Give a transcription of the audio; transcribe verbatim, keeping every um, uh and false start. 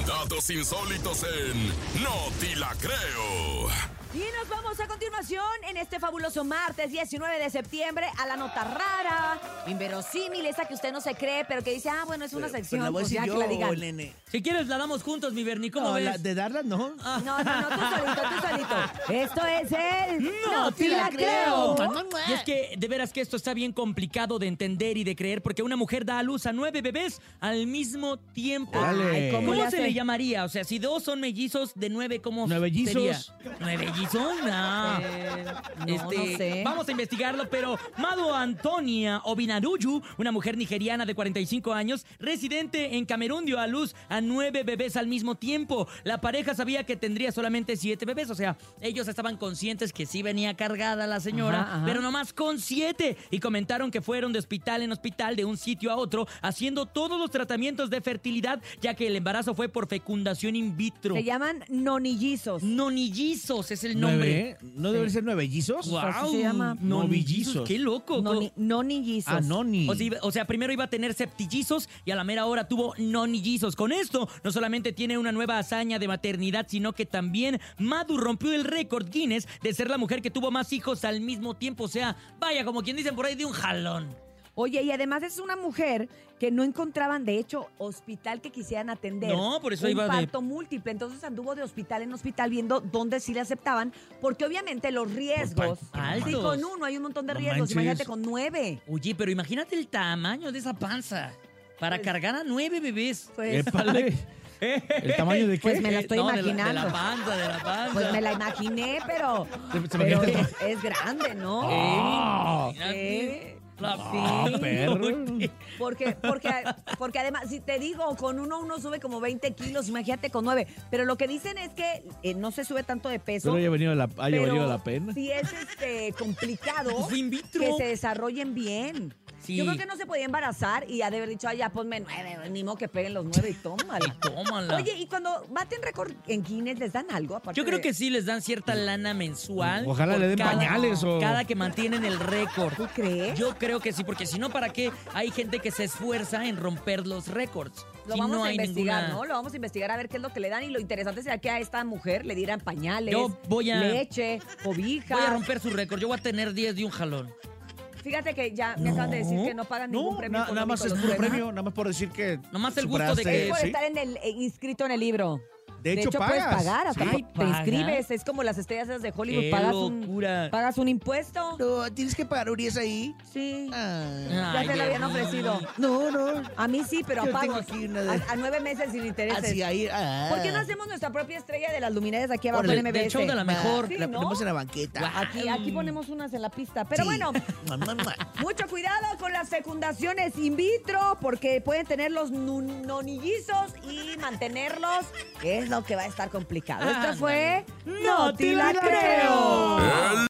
Datos insólitos en No Te La Creo. Y nos vamos a continuación en este fabuloso martes diecinueve de septiembre a la nota rara, inverosímil, esa que usted no se cree, pero que dice, ah, bueno, es una Pero, sección, pero la voy a pues decir ya yo, que la digan. nene. Si quieres, la damos juntos, mi Bernie. ¿Cómo No, ves? la- de darla no. No, no, no, tú solito, tú solito. Esto es el ¡No te la creo! Mamá. Y es que, de veras que esto está bien complicado de entender y de creer, porque una mujer da a luz a nueve bebés al mismo tiempo. Dale. ¿cómo ¿Cómo le se hace? le llamaría? O sea, si dos son mellizos, de nueve, ¿cómo ¿Nuevellizos? sería? ¿Nuevellizos? No. Eh, no, Este, no sé. Vamos a investigarlo, pero Mado Antonia Obinaruyu, una mujer nigeriana de cuarenta y cinco años, residente en Camerún, dio a luz a nueve bebés al mismo tiempo. La pareja sabía que tendría solamente siete bebés, o sea, ellos estaban conscientes que sí venía cargada la señora, Ajá, ajá. pero nomás con siete. Y comentaron que fueron de hospital en hospital, de un sitio a otro, haciendo todos los tratamientos de fertilidad, ya que el embarazo fue por fecundación in vitro. Se llaman nonillizos. Nonillizos es el nombre. ¿Nueve? ¿No deben ser nuevellizos? Así se llama. Novillizos. Qué loco. Noni- nonillizos. Ah, noni. O sea, iba- o sea, primero iba a tener septillizos y a la mera hora tuvo nonillizos. Con esto, no solamente tiene una nueva hazaña de maternidad, sino que también Madu rompió el récord Guinness de ser la mujer que tuvo más hijos al mismo tiempo. O sea, vaya, como quien dicen por ahí, de un jalón. Oye, y además es una mujer que no encontraban, de hecho, hospital que quisieran atender. No, por eso un iba de- parto múltiple. Entonces anduvo de hospital en hospital viendo dónde sí le aceptaban, porque obviamente los riesgos. Pues, altos. Sí, con uno hay un montón de No riesgos. manches. Imagínate con nueve. Oye, pero imagínate el tamaño de esa panza para Pues- cargar a nueve bebés. Pues, Épale. ¿El tamaño de qué? Pues me la estoy No, de la- De la, imaginando. panza, de la panza. pues me la imaginé, pero, Se- se pero imagina- es, es grande, ¿no? Ah. Imagínate. Sí. La Ah, sí. perro. Porque, porque, porque además, si te digo, con uno uno sube como veinte kilos, imagínate con nueve. Pero lo que dicen es que eh, no se sube tanto de peso. Pero haya venido la, haya pero valido la pena. sí es este, complicado Pues fue in vitro. que se desarrollen bien. Sí. Yo creo que no se podía embarazar y ha de haber dicho, ay, ya ponme nueve, ni modo que peguen los nueve y tómala. Tómala. Oye, y cuando baten récord en Guinness, ¿les dan algo? Aparte Yo creo de- que sí les dan cierta lana mensual. Ojalá por le den cada- pañales o- Cada que mantienen el récord. ¿Tú crees? Yo creo que sí, porque si no, ¿para qué hay gente que se esfuerza en romper los récords? Lo Si vamos no a hay investigar, ninguna- ¿no? Lo vamos a investigar a ver qué es lo que le dan. Y lo interesante sería que a esta mujer le dieran pañales, Yo voy a- leche, cobija. Voy a romper su récord. Yo voy a tener diez de un jalón. Fíjate que ya me acaban de decir que no pagan ningún No, premio na- nada más es económico, un los premio, nada más por decir que. Nomás el gusto de superaste, que- Es por sí. estar en el, eh, inscrito en el libro. De hecho, puedes pagas. pagar, hasta Sí. te ¿Pagas? inscribes. Es como las estrellas esas de Hollywood. ¡Qué Pagas locura! un, pagas un impuesto. No, tienes que pagar Urias ahí. Sí. Ah. Ya Ay, se la habían Bernie. ofrecido. No, no. A mí sí, pero a Yo pagos. tengo aquí una de- A, a nueve meses sin intereses. Así ahí. Ah. ¿Por qué no hacemos nuestra propia estrella de las luminarias aquí abajo Órale, en M B S? del show de la mejor. Sí, La ¿no? ponemos en la banqueta. Aquí, aquí ponemos unas en la pista. Pero Sí. bueno, Mua, mua, mua. mucho cuidado con las fecundaciones in vitro porque pueden tener los nu- nonillizos y mantenerlos, que es lo que va a estar complicado. Esto fue No te la creo. El